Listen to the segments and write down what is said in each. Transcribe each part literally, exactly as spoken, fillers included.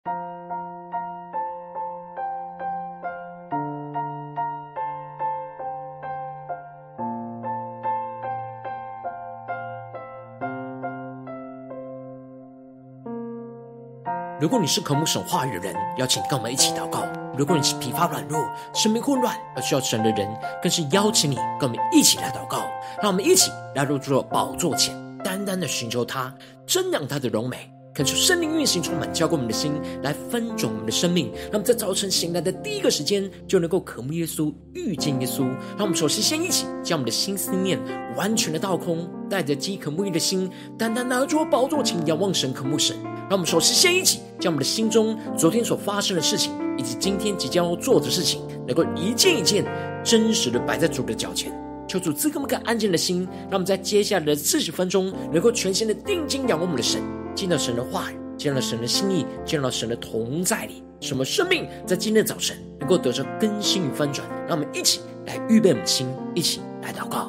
如果你是渴慕神话语的人，邀请跟我们一起祷告。如果你是疲乏软弱、生命混乱而需要神的人，更是邀请你跟我们一起来祷告。让我们一起来入主宝座前，单单的寻求他，瞻仰他的荣美，恳求圣灵运行充满，浇灌我们的心，来分盛我们的生命。让我们在早晨醒来的第一个时间，就能够渴慕耶稣，遇见耶稣。让我们首先先一起将我们的心思念完全的倒空，带着饥渴慕义的心，单单拿出宝座前仰望神，渴慕神。让我们首先先一起将我们的心中昨天所发生的事情，以及今天即将要做的事情，能够一件一件真实的摆在主的脚前。求主赐给我们个安静的心，让我们在接下来的四十分钟能够全心的定睛仰望我们的神，见到神的话语，见到神的心意，见到神的同在里，使我们生命在今天的早晨能够得着更新与翻转。让我们一起来预备我们的心，一起来祷告。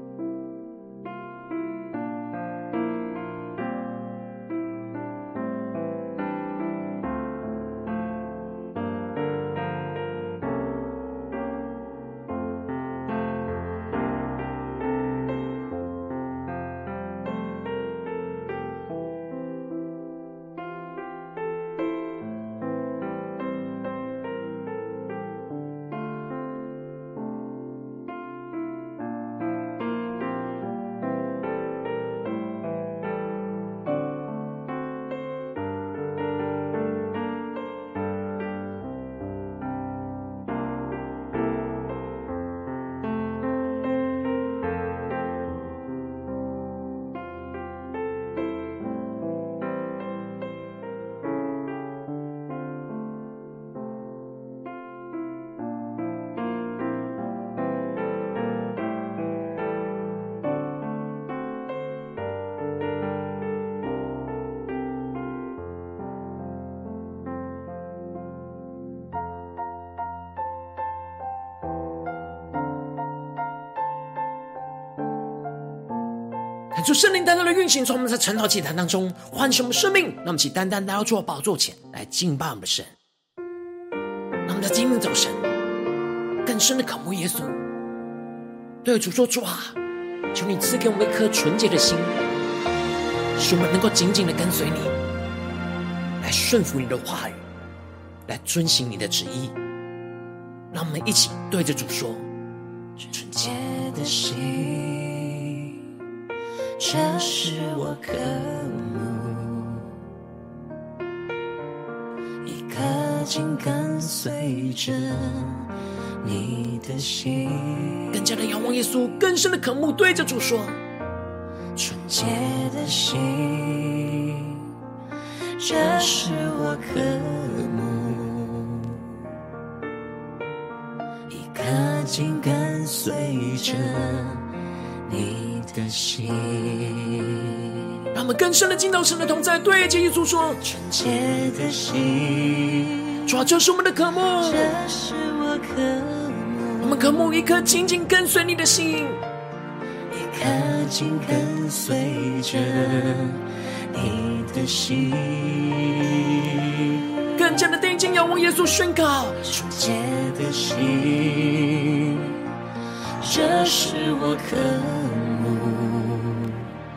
主圣灵单单的运行，从我们在晨祷祭坛当中唤醒我们生命，让我们一起单单来到主的宝座前来敬拜我们的神。让我们在今天早晨更深的渴慕耶稣，对主说：主啊，求你赐给我们一颗纯洁的心，使我们能够紧紧的跟随你，来顺服你的话语，来遵行你的旨意。让我们一起对着主说： 纯洁的心，这是我渴慕，一颗紧跟随着你的心。 更加的仰望耶稣，更深的渴慕，对着主说： 纯洁的心，这是我渴慕，一颗紧跟随着你的心。 让我们更深的进到神的同在，对着耶稣说： 纯洁的心， 主啊，这是我们的渴慕， 这是我渴慕， 我们渴慕一颗紧紧跟随你的心， 一颗紧跟随着你的心。 更加的定睛仰望耶稣，宣告： 纯洁的心，这是我渴慕，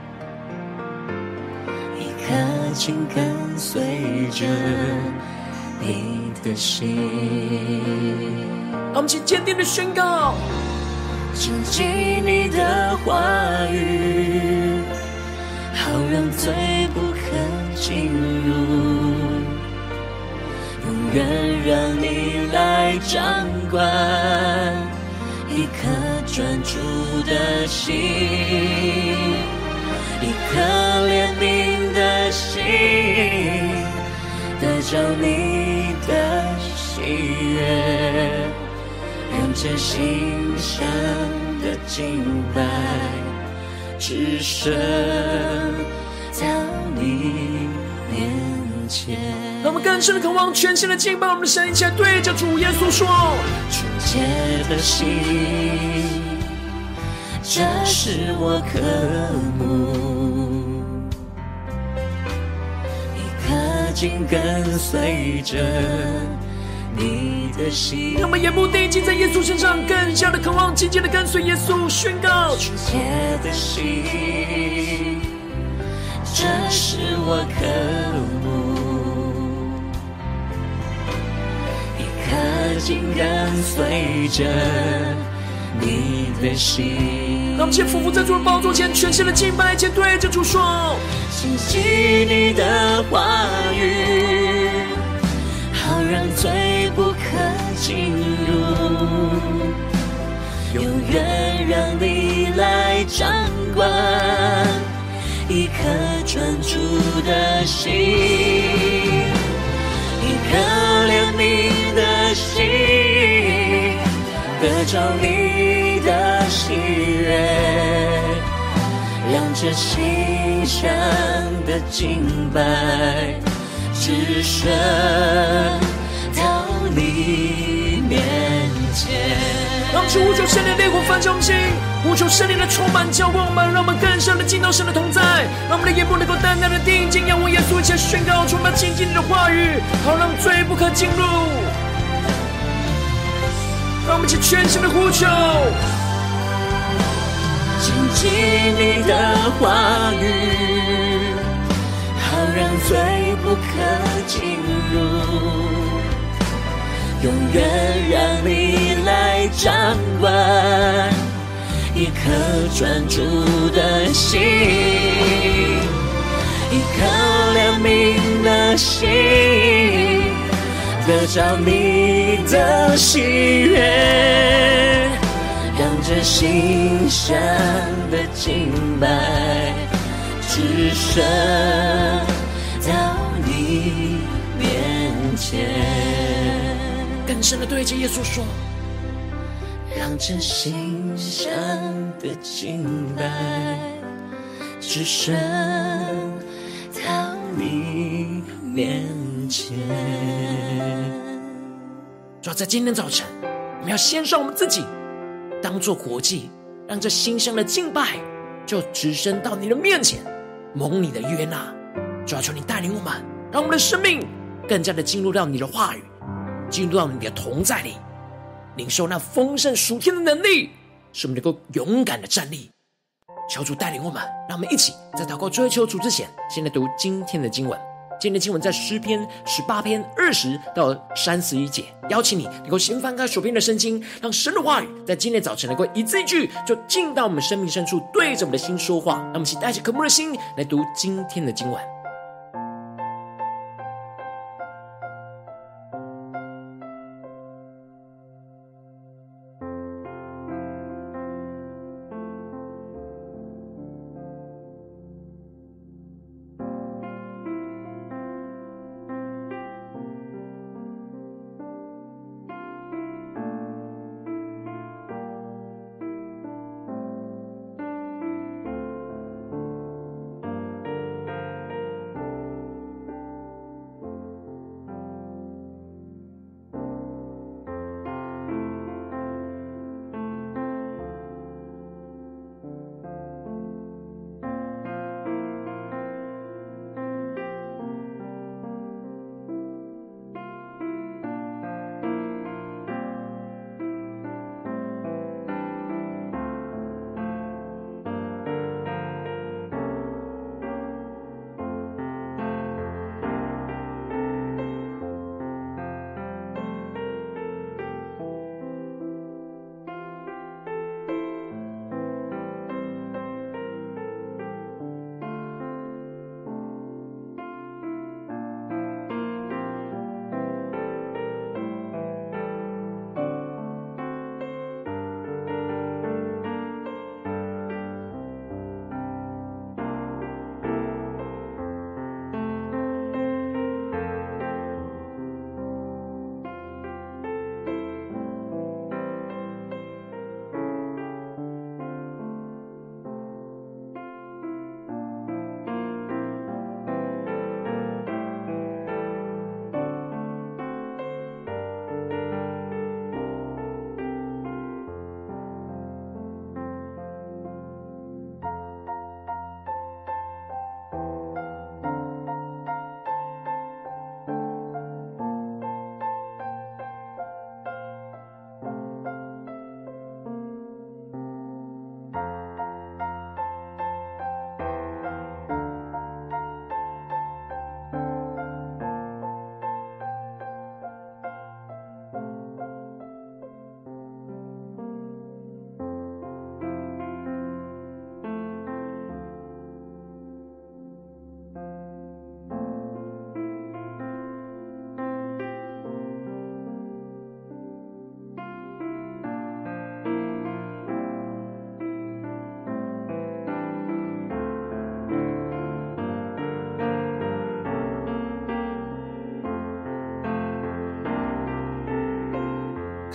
一颗紧跟随着你的心。 让我们一起坚定的宣告： 谨记你的话语，好让罪不可进入，永远让你来掌管，一颗专注的心，一颗怜悯的心，得着你的喜悦，让这心香的敬拜只剩到你面前。 让我们更深的渴望，全新的敬拜我们的神，一起来对着主耶稣说： 纯洁的心，这是我渴慕，一颗紧跟随着你的心。 让我们眼目定睛在耶稣身上，更加的渴望，紧紧的跟随耶稣，宣告纯洁的心，这是我渴慕，一颗紧跟随着你的心。 让我们先俯伏在主的宝座前，全心的敬拜，前对着主说： 谨记你的话语，好让罪不可进入，永远让你来掌管，一颗专注的心，一颗怜悯的心，得着你的喜悦，让这心上的敬拜只剩到你面前。 让我们去呼求圣灵的烈火焚烧我们心，呼求圣灵的充满浇灌我们，让我们更深的进到神的同在，让我们的眼目能够单单的定睛仰望耶稣，一切宣告充满亲近你的话语，好让罪不可进入。让我们一起全心的呼求， 谨记你的话语，好让罪不可进入，永远让你来掌管，一颗专注的心，一颗怜悯的心，得着你的喜悦，让这心上的敬拜只剩到你面前。 更深的对着耶稣说： 让这心上的敬拜只剩到你面前。 主要在今天早晨，我们要献上我们自己，当作活祭，让这馨香的敬拜就直升到你的面前，蒙你的悦纳。主要求你带领我们，让我们的生命更加的进入到你的话语，进入到你的同在里，领受那丰盛属天的能力，使我们能够勇敢的站立。求主带领我们，让我们一起在祷告追求主之前，先来读今天的经文。今天的经文在诗篇十八篇二十到三十一节，邀请你能够先翻开手边的圣经，让神的话语在今天早晨能够一字一句就进到我们生命深处，对着我们的心说话。让我们一起带着渴慕的心来读今天的经文。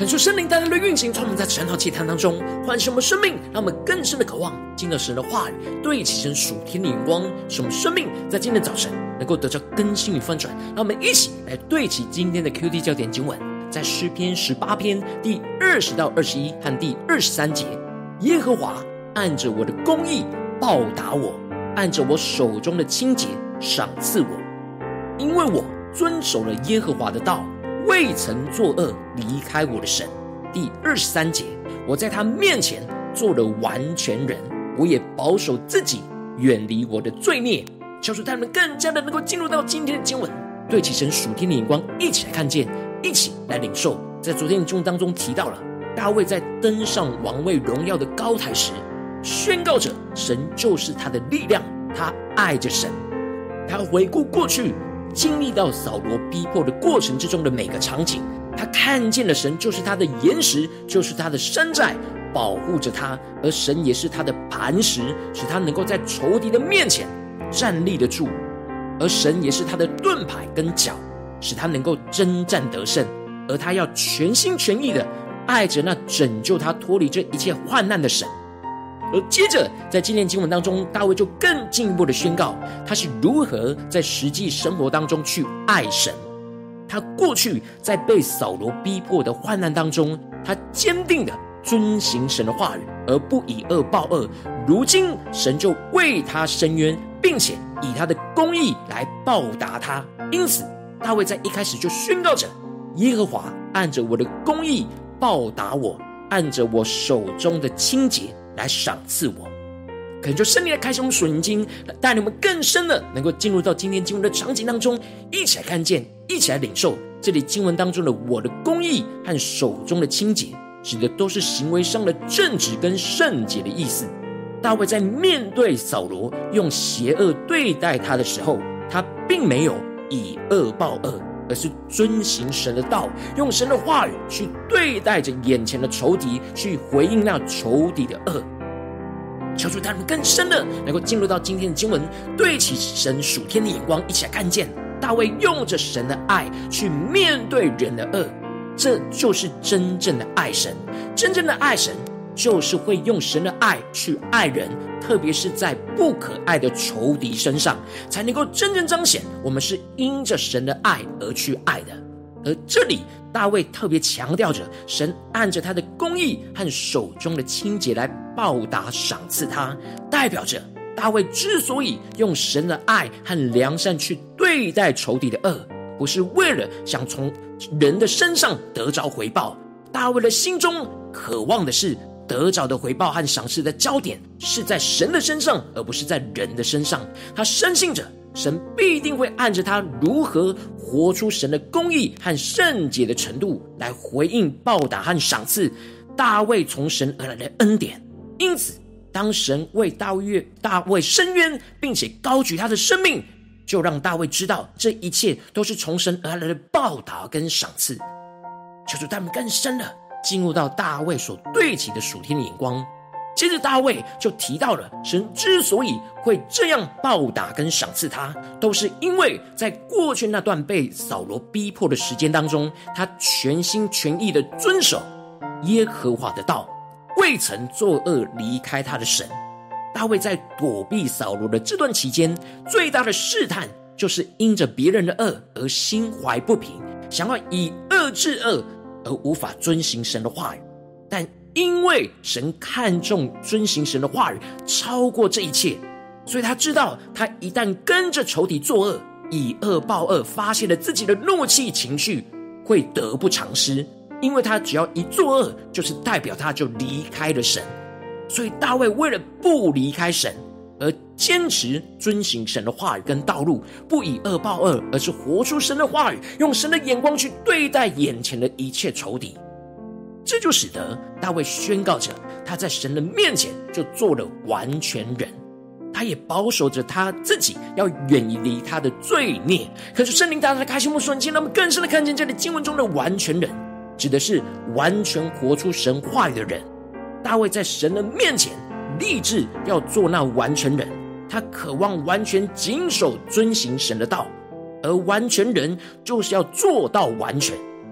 恳求圣灵带来的运行，充满在晨祷祭坛当中，唤醒我们生命，让我们更深的渴望进入神的话语，对齐神属天的眼光，使我们生命在今天早晨能够得到更新与翻转。让我们一起来对齐今天的 Q T 焦点经文，在诗篇十八篇第二十到二十一和第二十三节。耶和华按着我的公义报答我，按着我手中的清洁赏赐我，因为我遵守了耶和华的道，未曾作恶离开我的神。第二十三节，我在他面前做了完全人，我也保守自己远离我的罪孽。求主他们更加的能够进入到今天的经文，对齐神属天的眼光，一起来看见，一起来领受。在昨天的经文当中提到了大卫在登上王位荣耀的高台时，宣告着神就是他的力量，他爱着神。他回顾过去经历到扫罗逼迫的过程之中的每个场景，他看见了神就是他的岩石，就是他的山寨，保护着他，而神也是他的磐石，使他能够在仇敌的面前站立得住，而神也是他的盾牌跟脚，使他能够征战得胜。而他要全心全意的爱着那拯救他脱离这一切患难的神。而接着在今天经文当中，大卫就更进一步的宣告他是如何在实际生活当中去爱神。他过去在被扫罗逼迫的患难当中，他坚定的遵行神的话语，而不以恶报恶。如今神就为他伸冤，并且以他的公义来报答他。因此大卫在一开始就宣告着，耶和华按着我的公义报答我，按着我手中的清洁来赏赐我。可能就圣灵来开启我们属灵经，带领我们更深的能够进入到今天经文的场景当中，一起来看见，一起来领受这里经文当中的我的公义和手中的清洁，指的都是行为上的正直跟圣洁的意思。大卫在面对扫罗用邪恶对待他的时候，他并没有以恶报恶，而是遵行神的道，用神的话语去对待着眼前的仇敌，去回应那仇敌的恶。求主他们更深的能够进入到今天的经文，对齐神属天的眼光，一起来看见大卫用着神的爱去面对人的恶。这就是真正的爱神。真正的爱神就是会用神的爱去爱人，特别是在不可爱的仇敌身上，才能够真正彰显我们是因着神的爱而去爱的。而这里大卫特别强调着，神按着他的公义和手中的清洁来报答赏赐他，代表着大卫之所以用神的爱和良善去对待仇敌的恶，不是为了想从人的身上得着回报。大卫的心中渴望的是得着的回报和赏赐的焦点是在神的身上，而不是在人的身上。他深信着神必定会按着他如何活出神的公义和圣洁的程度来回应报答和赏赐大卫从神而来的恩典。因此当神为大卫大卫伸冤，并且高举他的生命，就让大卫知道这一切都是从神而来的报答跟赏赐。求主他们更深的进入到大卫所对齐的属天的眼光。接着大卫就提到了神之所以会这样报答跟赏赐他，都是因为在过去那段被扫罗逼迫的时间当中，他全心全意的遵守耶和华的道，未曾作恶离开他的神。大卫在躲避扫罗的这段期间，最大的试探就是因着别人的恶而心怀不平，想要以恶制恶，而无法遵行神的话语。但因为神看重遵行神的话语超过这一切，所以他知道他一旦跟着仇敌作恶，以恶报恶，发泄了自己的怒气情绪，会得不偿失。因为他只要一作恶，就是代表他就离开了神。所以大卫为了不离开神，而坚持遵行神的话语跟道路，不以恶报恶，而是活出神的话语，用神的眼光去对待眼前的一切仇敌。这就使得大卫宣告着他在神的面前就做了完全人，他也保守着他自己要远离他的罪孽。可是圣灵大大的开心目瞬间，让我们更深的看见这里经文中的完全人指的是完全活出神话语的人。大卫在神的面前立志要做那完全人，他渴望完全谨守遵行神的道，而完全人就是要做到完全，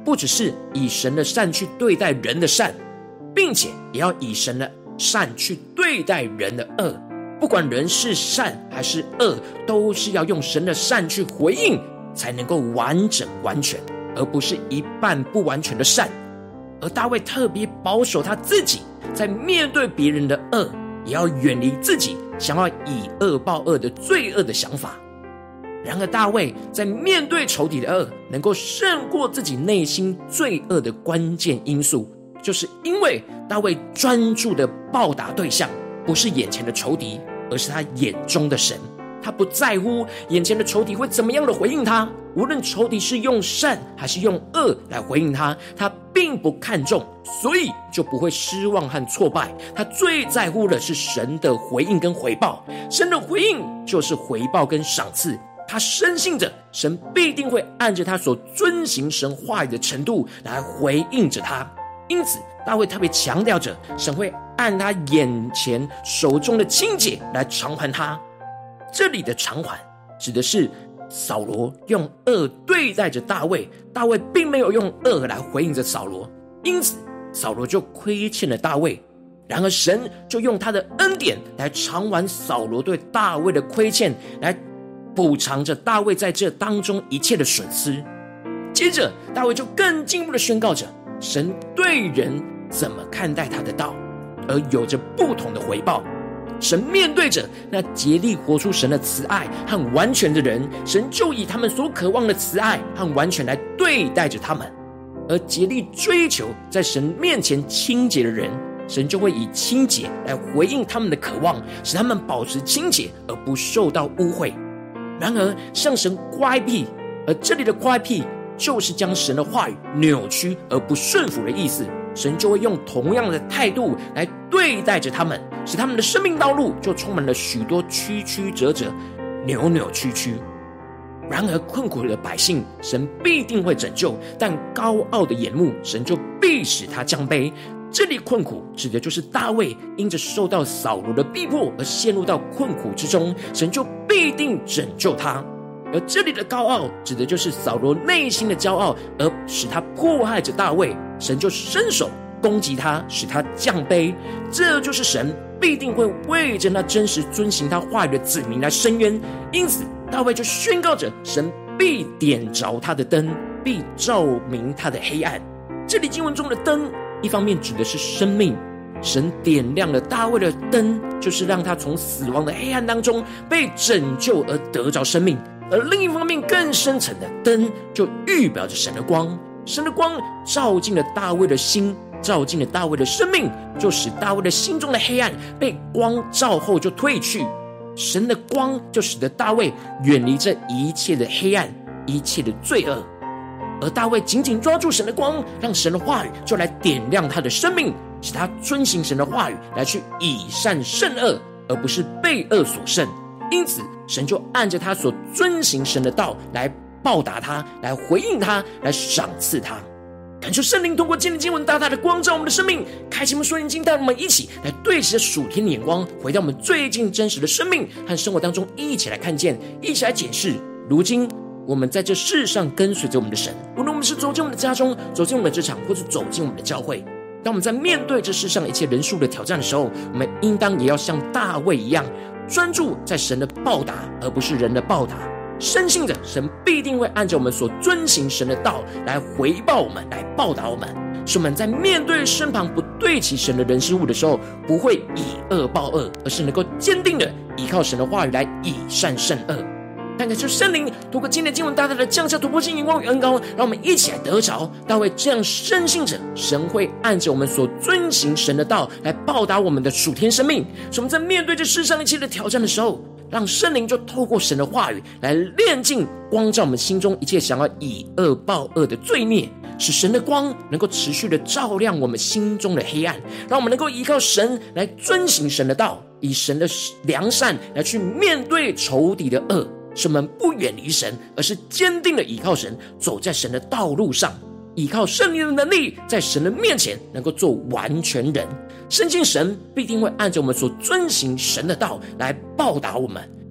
不只是以神的善去对待人的善，并且也要以神的善去对待人的恶。不管人是善还是恶，都是要用神的善去回应，才能够完整完全，而不是一半不完全的善。而大卫特别保守他自己，在面对别人的恶，也要远离自己想要以恶报恶的罪恶的想法。然而大卫在面对仇敌的恶，能够胜过自己内心罪恶的关键因素，就是因为大卫专注的报答对象不是眼前的仇敌，而是他眼中的神。他不在乎眼前的仇敌会怎么样的回应他，无论仇敌是用善还是用恶来回应他，他并不看重，所以就不会失望和挫败。他最在乎的是神的回应跟回报，神的回应就是回报跟赏赐。他深信着神必定会按着他所遵行神话语的程度来回应着他，因此大卫特别强调着神会按他眼前手中的清洁来偿还他。这里的偿还指的是扫罗用恶对待着大卫，大卫并没有用恶来回应着扫罗，因此扫罗就亏欠了大卫。然而神就用他的恩典来偿还扫罗对大卫的亏欠，来补偿着大卫在这当中一切的损失。接着大卫就更进一步的宣告着神对人怎么看待他的道，而有着不同的回报。神面对着那竭力活出神的慈爱和完全的人，神就以他们所渴望的慈爱和完全来对待着他们。而竭力追求在神面前清洁的人，神就会以清洁来回应他们的渴望，使他们保持清洁而不受到污秽。然而向神乖僻，而这里的乖僻就是将神的话语扭曲而不顺服的意思，神就会用同样的态度来对待着他们，使他们的生命道路就充满了许多曲曲折折、扭扭曲曲。然而困苦的百姓神必定会拯救，但高傲的眼目神就必使他降卑。这里困苦指的就是大卫因着受到扫罗的逼迫而陷入到困苦之中，神就必定拯救他。而这里的高傲指的就是扫罗内心的骄傲，而使他迫害着大卫，神就伸手攻击他，使他降卑。这就是神必定会为着那真实遵行他话语的子民来伸冤。因此大卫就宣告着神必点着他的灯，必照明他的黑暗。这里经文中的灯一方面指的是生命，神点亮了大卫的灯，就是让他从死亡的黑暗当中被拯救而得着生命。而另一方面更深层的灯就预表着神的光，神的光照进了大卫的心，照进了大卫的生命，就使大卫的心中的黑暗被光照后就退去。神的光就使得大卫远离这一切的黑暗，一切的罪恶。而大卫紧紧抓住神的光，让神的话语就来点亮他的生命，使他遵行神的话语来去以善胜恶，而不是被恶所胜。因此神就按着他所遵行神的道来报答他，来回应他，来赏赐他。感受圣灵通过今天的经文大大的光照我们的生命，开启我们属灵经，带我们一起来对齐着属天的眼光，回到我们最近真实的生命和生活当中，一起来看见，一起来检视。如今我们在这世上跟随着我们的神，无论我们是走进我们的家中，走进我们的职场，或是走进我们的教会，当我们在面对这世上一切人数的挑战的时候，我们应当也要像大卫一样，专注在神的报答，而不是人的报答。深信着神必定会按照我们所遵行神的道来回报我们，来报答我们，使我们在面对身旁不对齐神的人事物的时候，不会以恶报恶，而是能够坚定的依靠神的话语来以善胜恶。但感谢圣灵透过今天的经文大大的降下突破性眼光与恩膏，让我们一起来得着大卫这样深信着神会按着我们所遵行神的道来报答我们的属天生命。使我们在面对这世上一切的挑战的时候，让圣灵就透过神的话语来炼净光照我们心中一切想要以恶报恶的罪孽，使神的光能够持续的照亮我们心中的黑暗，让我们能够依靠神来遵行神的道，以神的良善来去面对仇敌的恶，使我们不远离神，而是坚定的依靠神，走在神的道路上，依靠圣灵的能力，在神的面前能够做完全人。深信神必定会按照我们所遵行神的道来报答我们，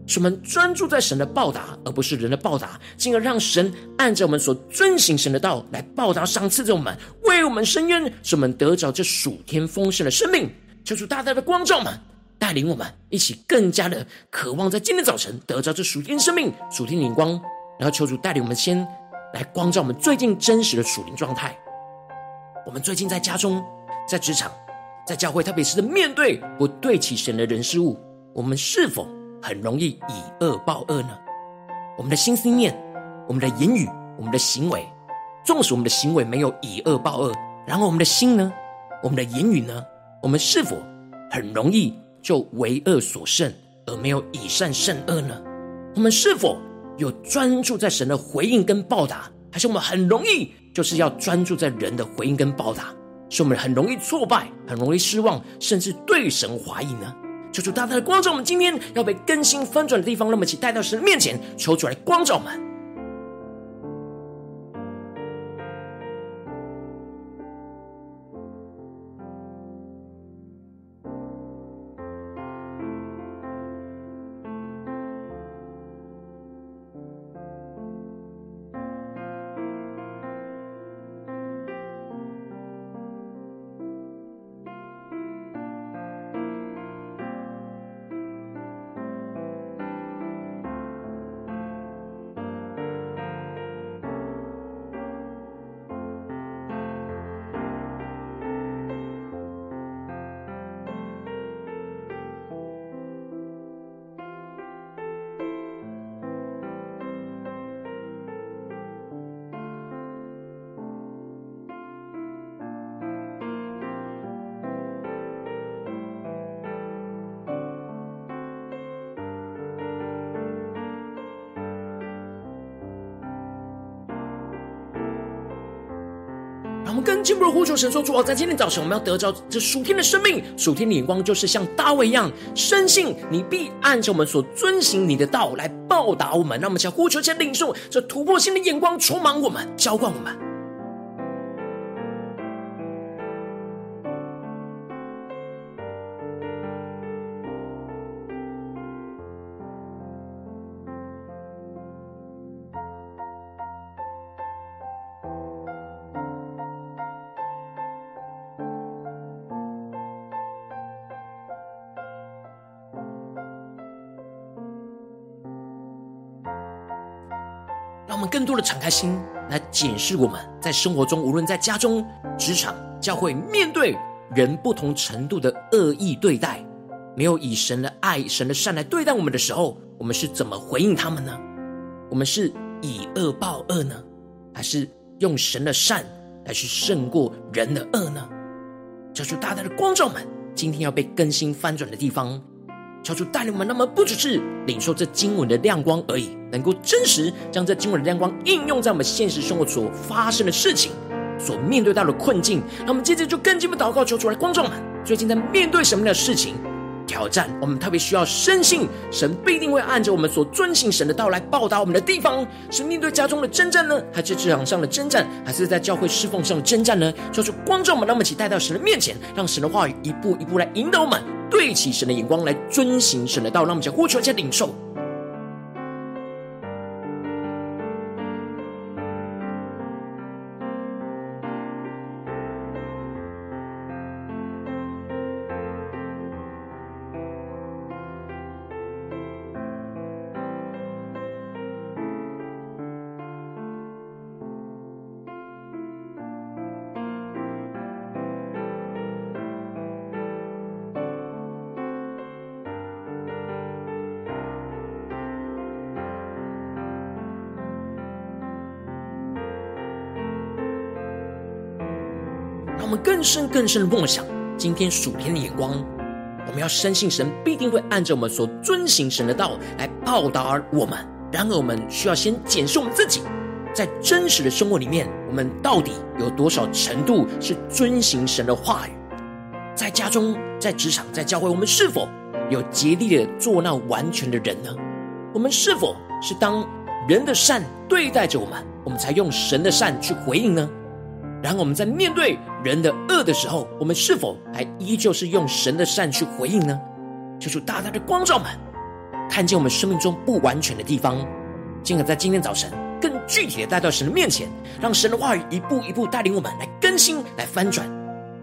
使我们专注在神的报答，而不是人的报答，进而让神按照我们所遵行神的道来报答赏赐着我们，为我们伸冤，使我们得着这属天丰盛的生命。求主大大的光照们，带领我们一起更加的渴望在今天早晨得着这属天生命、属天灵光。然后求主带领我们先来光照我们最近真实的属灵状态。我们最近在家中、在职场、在教会，特别是面对不对齐神的人事物，我们是否很容易以恶报恶呢？我们的心思念、我们的言语、我们的行为，纵使我们的行为没有以恶报恶，然后我们的心呢？我们的言语呢？我们是否很容易就为恶所胜，而没有以善胜恶呢？我们是否有专注在神的回应跟报答，还是我们很容易就是要专注在人的回应跟报答，使我们很容易挫败，很容易失望，甚至对神怀疑呢？求主大大的光照我们今天要被更新翻转的地方，让我们一起带到神的面前，求主来光照我们。让我们更进一步的呼求神说，主啊，在今天早晨我们要得着这属天的生命，属天的眼光，就是像大卫一样，深信你必按照我们所遵行你的道来报答我们。让我们想呼求，先领受这突破性的眼光，充满我们，浇灌我们。让我们更多的敞开心来检视我们在生活中，无论在家中、职场、教会，面对人不同程度的恶意对待，没有以神的爱、神的善来对待我们的时候，我们是怎么回应他们呢？我们是以恶报恶呢，还是用神的善来去胜过人的恶呢？求主大大的光照们今天要被更新翻转的地方，求主带领我们，那么不只是领受这经文的亮光而已，能够真实将这经文的亮光应用在我们现实生活所发生的事情，所面对到的困境。那我们接着就更进一步祷告，求主来光照们最近在面对什么样的事情挑战，我们特别需要深信神必定会按照我们所遵行神的道来报答我们的地方，是面对家中的征战呢，还是职场上的征战，还是在教会侍奉上的征战呢？求主光照我们，让我们一起带到神的面前，让神的话语一步一步来引导我们，对齐神的眼光来遵行神的道。让我们将呼求加领受。我们更深更深的梦想，今天属天的眼光，我们要深信神必定会按照我们所遵行神的道来报答我们。然而我们需要先检视我们自己，在真实的生活里面，我们到底有多少程度是遵行神的话语？在家中、在职场、在教会，我们是否有竭力的做那完全的人呢？我们是否是当人的善对待着我们，我们才用神的善去回应呢？然后我们在面对人的恶的时候，我们是否还依旧是用神的善去回应呢？求主大大的光照们， 看见我们生命中不完全的地方，进而在今天早晨更具体的带到神的面前，让神的话语一步一步带领我们来更新，来翻转。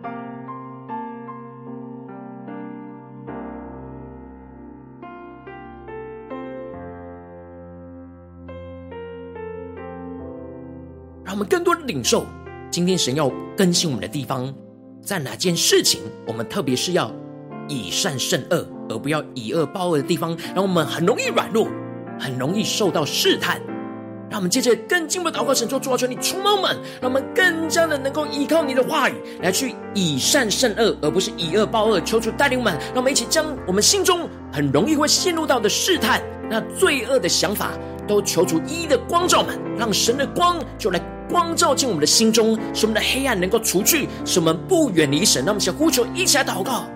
让我们更多的领受今天神要更新我们的地方，在哪件事情我们特别是要以善胜恶，而不要以恶报恶的地方，让我们很容易软弱，很容易受到试探。让我们接着更进一步的祷告，神说，主啊，求你触摸我们，让我们更加的能够依靠你的话语来去以善胜恶，而不是以恶报恶。求主带领我们，让我们一起将我们心中很容易会陷入到的试探，那罪恶的想法，都求主一一的光照们，让神的光就来光照进我们的心中，使我们的黑暗能够除去，使我们不远离神。让我们想呼求，一起来祷告。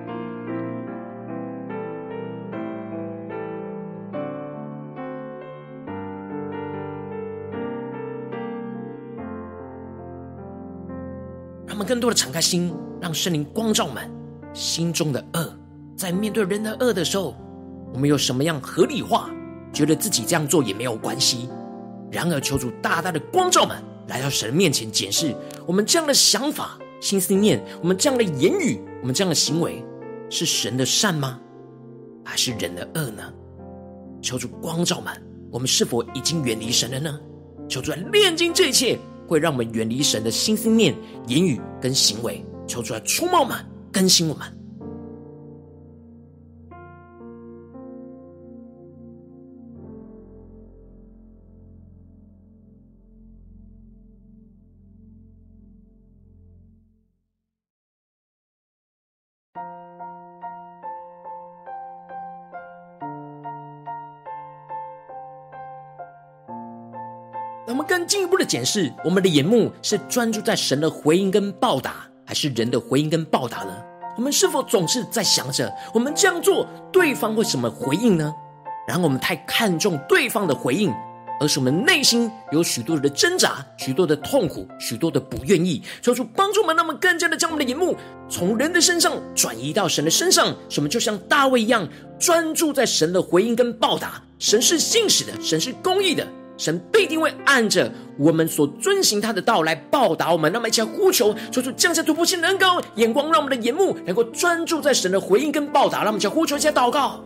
让我们更多的敞开心，让圣灵光照我们心中的恶。在面对人的恶的时候，我们有什么样合理化，觉得自己这样做也没有关系。然而求主大大的光照们，来到神的面前检视我们这样的想法、心思念，我们这样的言语，我们这样的行为，是神的善吗？还是人的恶呢？求主光照们，我们是否已经远离神了呢？求主来炼净这一切会让我们远离神的心思念、言语跟行为。求主来触摸我们，更新我们。让我们更进一步的检视，我们的眼目是专注在神的回应跟报答，还是人的回应跟报答呢？我们是否总是在想着我们这样做对方会什么回应呢？然后我们太看重对方的回应，而是我们内心有许多的挣扎，许多的痛苦，许多的不愿意。求主帮助我们，让我们更加的将我们的眼目从人的身上转移到神的身上，使我们就像大卫一样，专注在神的回应跟报答。神是信实的，神是公义的，神必定会按着我们所遵行他的道来报答我们。让我们一起来呼求，求主降下突破性的恩膏，眼光让我们的眼目能够专注在神的回应跟报答。让我们一起来呼求，一起来祷告。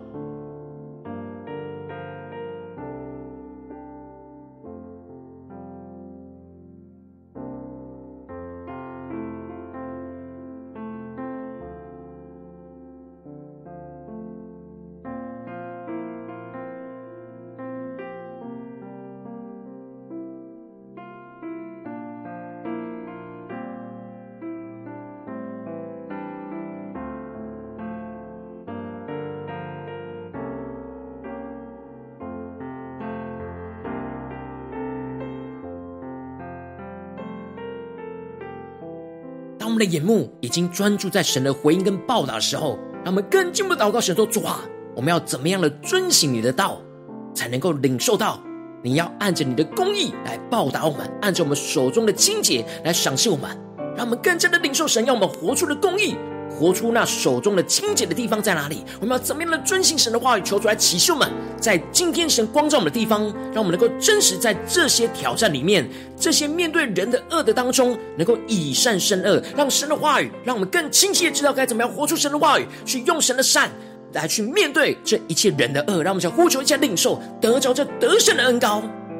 当我们的眼目已经专注在神的回应跟报答的时候，让我们更进一步祷告，神说，主啊，我们要怎么样的遵行你的道，才能够领受到你要按着你的公义来报答我们，按着我们手中的清洁来赏赐我们。让我们更加的领受神要我们活出的公义，活出那手中的清洁的地方在哪里？我们要怎么样的遵行神的话语？求主来启示我们，在今天神光照我们的地方，让我们能够真实在这些挑战里面，这些面对人的恶的当中，能够以善胜恶，让神的话语让我们更清晰的知道该怎么样活出神的话语，去用神的善来去面对这一切人的恶。让我们想呼求一下领受，得着这得胜的恩膏。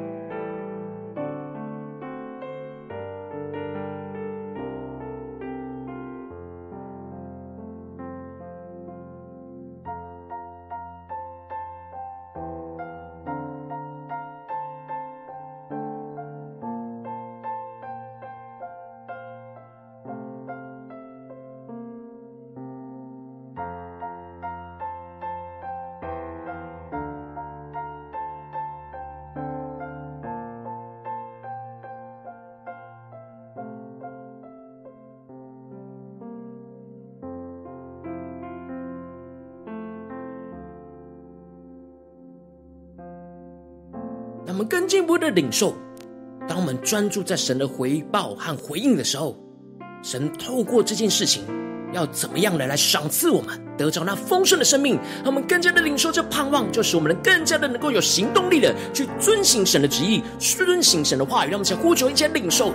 让我们更进一步的领受，当我们专注在神的回报和回应的时候，神透过这件事情要怎么样的来赏赐我们得着那丰盛的生命，让我们更加的领受这盼望，就使我们能更加的能够有行动力的去遵行神的旨意，遵行神的话语。让我们先呼求，一起领受。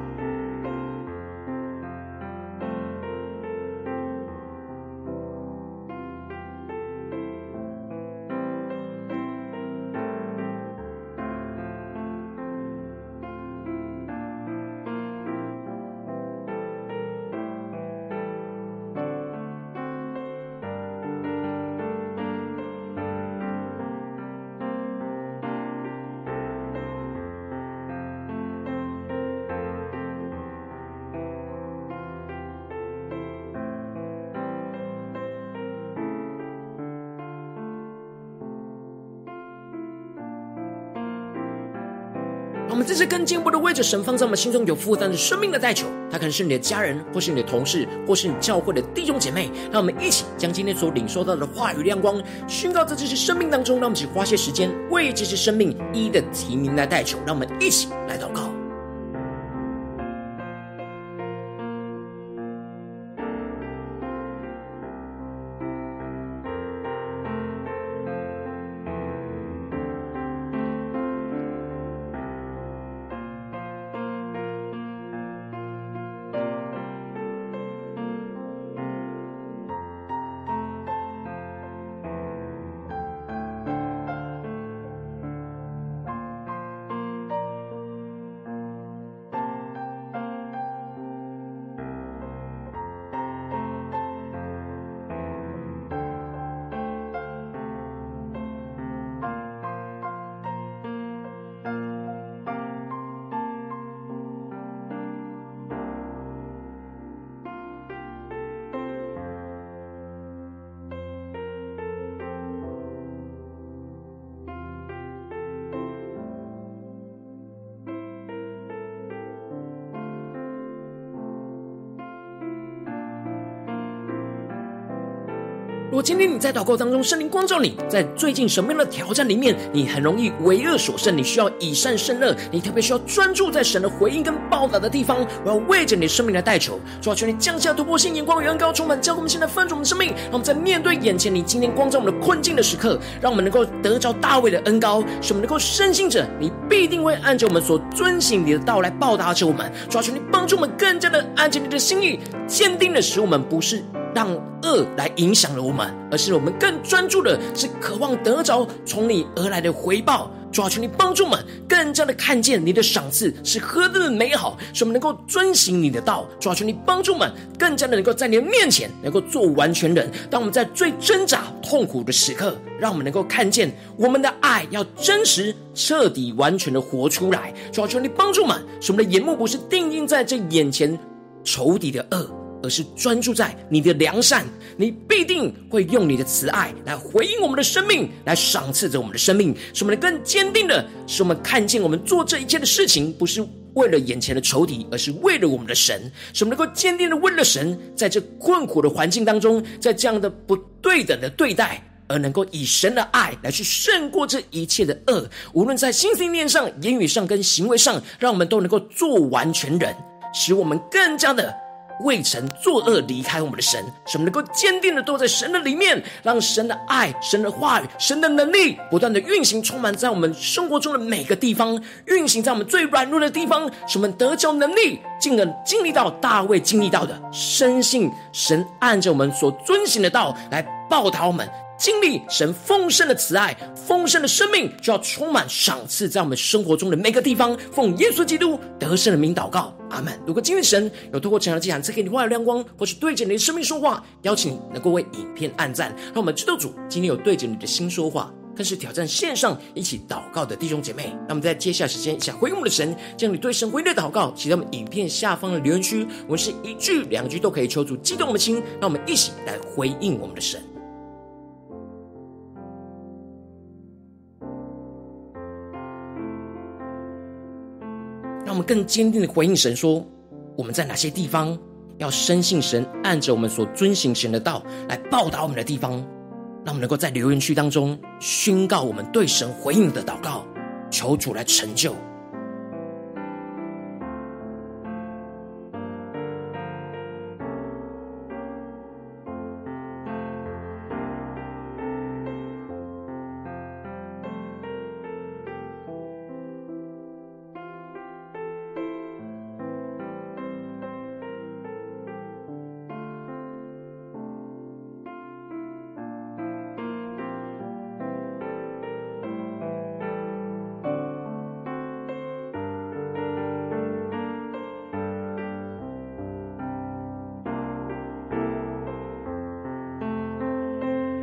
我们这次更进一步的为着神放在我们心中有负担的生命的代求，他可能是你的家人，或是你的同事，或是你教会的弟兄姐妹。让我们一起将今天所领受到的话语亮光宣告在这些生命当中，让我们一起花些时间为这些生命一一的提名来代求。让我们一起来祷告。如果今天你在祷告当中，圣灵光照你，在最近什么样的挑战里面，你很容易为恶所胜，你需要以善胜恶，你特别需要专注在神的回应跟报答的地方，我要为着你的生命来代求。主啊，求你降下突破性眼光与恩膏，充满教会我们现在翻转我们的生命，让我们在面对眼前你今天光照我们的困境的时刻，让我们能够得着大卫的恩膏，使我们能够深信着你必定会按照我们所遵行你的道来报答着我们。主啊，求你帮助我们更加的按照你的心意，坚定的使我们不是让恶来影响了我们，而是我们更专注的是渴望得着从你而来的回报。主啊，求你帮助我们更加的看见你的赏赐是何等的美好，使我们能够遵行你的道。主啊，求你帮助我们更加的能够在你的面前能够做完全人。当我们在最挣扎痛苦的时刻，让我们能够看见我们的爱要真实彻底完全的活出来。主啊，求你帮助我们，使我们的眼目不是定睛在这眼前仇敌的恶，而是专注在你的良善，你必定会用你的慈爱来回应我们的生命，来赏赐着我们的生命，使我们更坚定的使我们看见我们做这一切的事情不是为了眼前的仇敌，而是为了我们的神，使我们能够坚定的为了神，在这困苦的环境当中，在这样的不对等的对待，而能够以神的爱来去胜过这一切的恶，无论在心思念上、言语上跟行为上，让我们都能够做完全人，使我们更加的未曾作恶离开我们的神，使我们能够坚定的都在神的里面，让神的爱、神的话语、神的能力不断的运行，充满在我们生活中的每个地方，运行在我们最软弱的地方，使我们得着能力，进而经历到大卫经历到的，深信神按着我们所遵行的道来报答我们，经历神丰盛的慈爱、丰盛的生命，就要充满赏赐在我们生活中的每个地方。奉耶稣基督得胜的名祷告，阿们。如果今天神有透过这样的祭坛赐给你话语亮光，或是对着你的生命说话，邀请你能够为影片按赞，让我们知道主今天有对着你的心说话，更是挑战线上一起祷告的弟兄姐妹。那我们在接下来时间一起回应我们的神，将你对神回应的祷告写在我们影片下方的留言区，我们是一句两句都可以，求主激动我们的心，让我们一起来回应我们的神。让我们更坚定的回应神说，我们在哪些地方要深信神按着我们所遵行神的道来报答我们的地方，让我们能够在留言区当中宣告我们对神回应的祷告，求主来成就。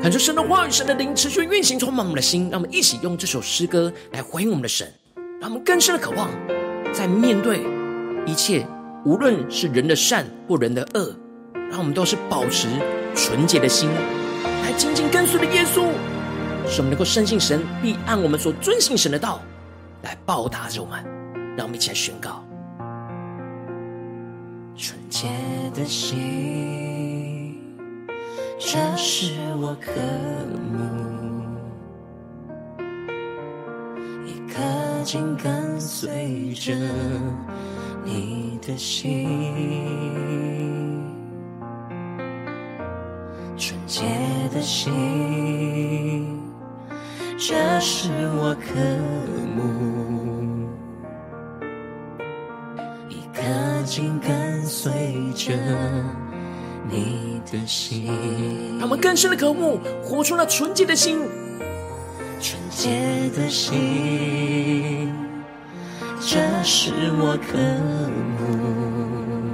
恳求神的话语、神的灵持续运行充满我们的心，让我们一起用这首诗歌来回应我们的神，让我们更深的渴望在面对一切，无论是人的善或人的恶，让我们都是保持纯洁的心来紧紧跟随的耶稣，使我们能够深信神必按我们所遵行神的道来报答着我们。让我们一起来宣告： 纯洁的心，这是我渴慕，一颗紧跟随着你的心。纯洁的心，这是我渴慕，一颗紧跟随着你的心。 让我们更深的渴慕，活出那纯洁的心。 纯洁的心，这是我渴慕，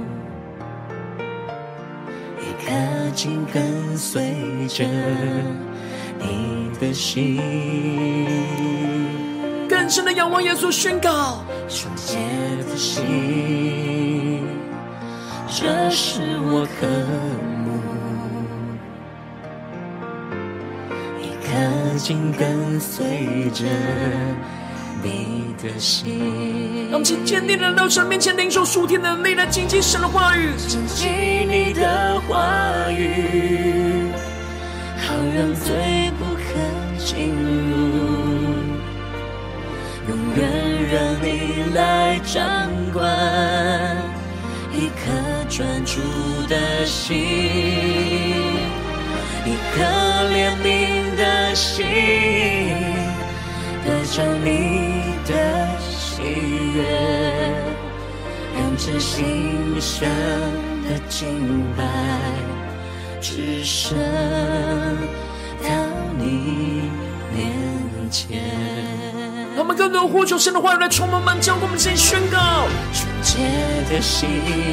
一颗紧跟随着你的心。 更深的仰望耶稣，宣告： 纯洁的心，这是我渴慕，一颗紧跟随着你的心。 让我们请坚定的来到神面前，领受属天的能力，来谨记神的话语， 谨记你的话语，好让罪不可进入，永远让你来掌管，一颗专注的心，一颗怜悯的心，得着你的喜悦，让这心上的敬拜只剩到你面前。 让我们更多呼求神的话语来充满我们，将我们先宣告： 纯洁的心，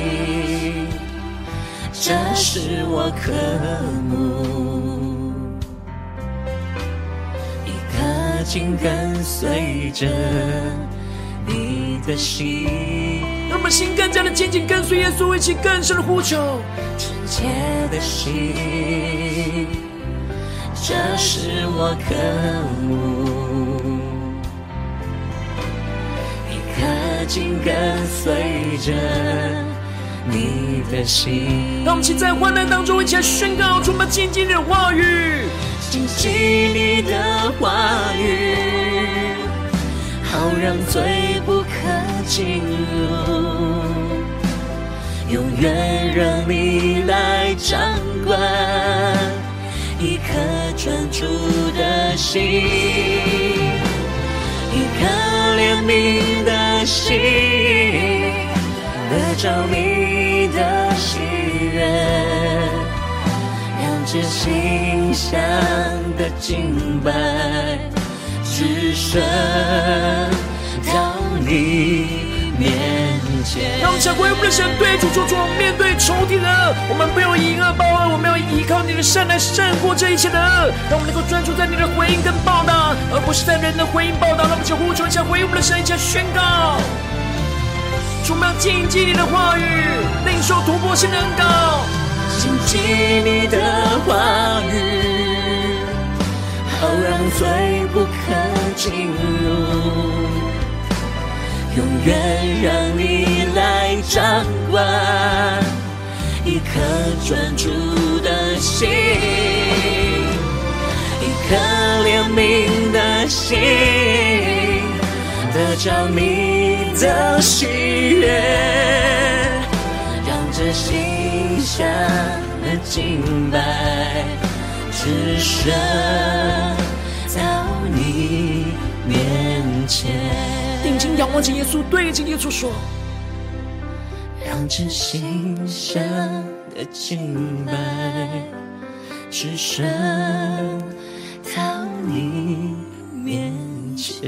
这是我渴慕，一颗紧跟随着你的心。 让我们心更加的紧紧跟随耶稣，一起更深的呼求。 纯洁的心，这是我渴慕，一颗紧跟随着你的心。 让我们一起在患难当中一起来宣告，充满紧紧的话语， 谨记你的话语，好让罪不可进入，永远让你来掌管，一颗专注的心，一颗怜悯的心，得着你的喜悦，让这心上的敬拜只剩到你面前。 让我们想回我们的神，对主说出：面对仇敌的恶，我们不要以恶报恶，我们要依靠你的善来胜过这一切的恶。让我们能够专注在你的回应跟报答，而不是在人的回应报答。让我们就呼求一下，回应我们的神，一起来宣告：主，我们要谨记你的话语，领受突破性的恩膏。 谨记你的话语，好让罪不可进入，永远让你来掌管，一颗专注的心，一颗怜悯的心，得着你的喜悦，让这心上的敬拜只剩到你面前。 定睛仰望着耶稣，对着耶稣说： 让这心上的敬拜只剩到你面前。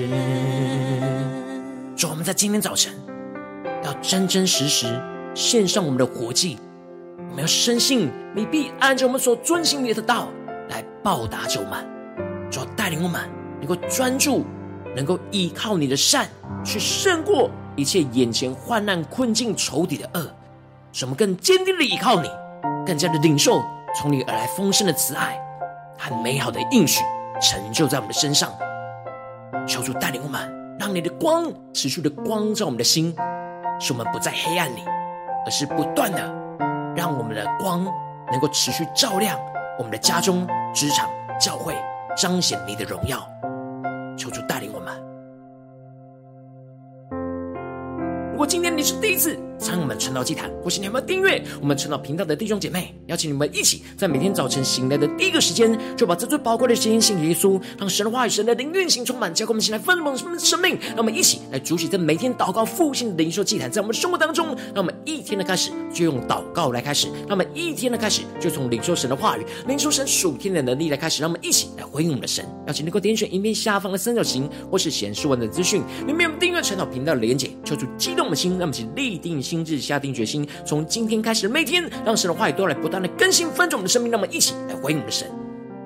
主，我们在今天早晨要真真实实献上我们的活祭，我们要深信你必按照我们所遵行你的道来报答着我们。主要带领我们能够专注，能够依靠你的善，去胜过一切眼前患难困境仇敌的恶，使我们更坚定的依靠你，更加的领受从你而来丰盛的慈爱和美好的应许成就在我们的身上。求主带领我们，让你的光持续的光照我们的心，使我们不在黑暗里，而是不断的让我们的光能够持续照亮我们的家中、职场、教会，彰显你的荣耀。求主带领我们。如果今天你是第一次参与我们晨祷祭坛，或是你有没有订阅我们晨祷频道的弟兄姐妹，邀请你们一起在每天早晨醒来的第一个时间，就把这最宝贵的时间献给耶稣，让神的话语、神的灵运行充满，交给我们一起来分盛我们的生命。让我们一起来主起这每天祷告复兴的灵修祭坛，在我们生活当中，让我们一天的开始就用祷告来开始，让我们一天的开始就从领受神的话语、领受神属天的能力来开始。让我们一起来回应我们的神。邀请能够点选影片下方的三角形，或是显示文的资讯里面有订阅晨祷频道的连结，求主激动我们的心，让我们一起立定心志，下定决心，从今天开始的每天，让神的话语都来不断的更新翻转我们的生命。让我们一起来回应我们的神。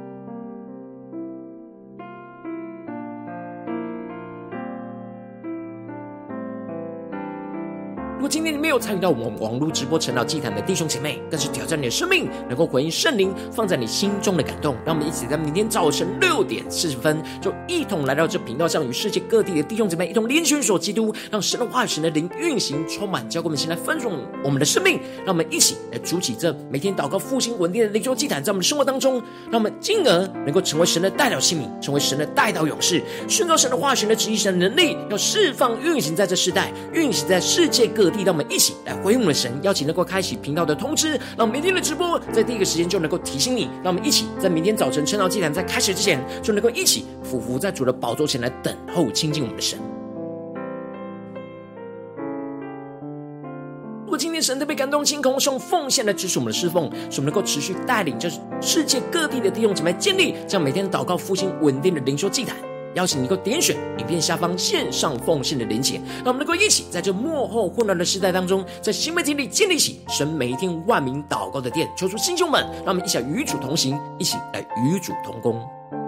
如果今天你没有参与到我们网络直播晨祷祭坛的弟兄姐妹，更是挑战你的生命，能够回应圣灵放在你心中的感动。让我们一起在明天早晨六点四十分，就一同来到这频道上，与世界各地的弟兄姐妹一同联寻所基督，让神的话语、神的灵运行充满，教给我们先来分盛我们的生命。让我们一起来筑起这每天祷告复兴稳定的灵修祭坛，在我们的生活当中，让我们进而能够成为神的代祷器皿，成为神的代祷勇士，宣告神的话语、神的旨意、神的能力，要释放运行在这世代，运行在世界各地。让我们一起来回应我们的神，邀请能够开启频道的通知，让明天的直播在第一个时间就能够提醒你。让我们一起在明天早晨晨祷祭坛在开始之前，就能够一起俯伏在主的宝座前来等候亲近我们的神。如果今天神特别感动心，空用奉献来支持我们的侍奉，使我们能够持续带领这世界各地的弟兄姐妹建立这样每天祷告复兴稳定的灵修祭坛。邀请你能够点选影片下方线上奉献的连结，让我们能够一起在这末后混乱的时代当中，在新媒体里建立起神每一天万名祷告的殿。求主弟兄们，让我们一起来与主同行，一起来与主同工。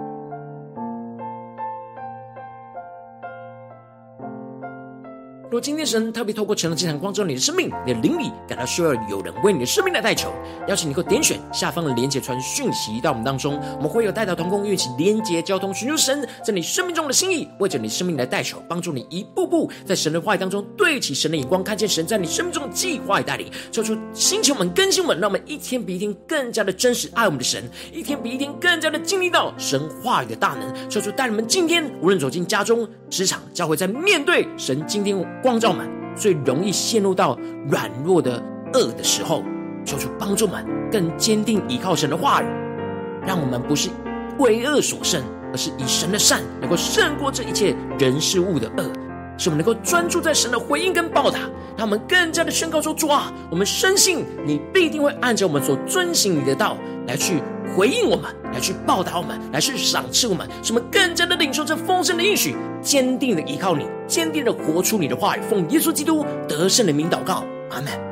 若今天神特别透过晨祷祭坛光照你的生命，你的灵里感到需要有人为你的生命来代求，邀请你能够点选下方的连结传讯息到我们当中，我们会有代祷同工一起连结交通，寻求神在你生命中的心意，为着你生命来代求，帮助你一步步在神的话语当中对齐神的眼光，看见神在你生命中的计划与带领，求出星球们更新我们，让我们一天比一天更加的真实爱我们的神，一天比一天更加的经历到神话语的大能。求出带你们今天无论走进家中、职场、教会，在面对神今天光照们最容易陷入到软弱的恶的时候，求主帮助们更坚定依靠神的话语，让我们不是为恶所胜，而是以神的善能够胜过这一切人事物的恶，使我们能够专注在神的回应跟报答，让我们更加的宣告说：主啊，我们深信你必定会按照我们所遵行你的道来去回应我们，来去报答我们，来去赏赐我们，使我们更加的领受这丰盛的应许，坚定的依靠你，坚定的活出你的话语，奉耶稣基督得胜的名祷告，阿们。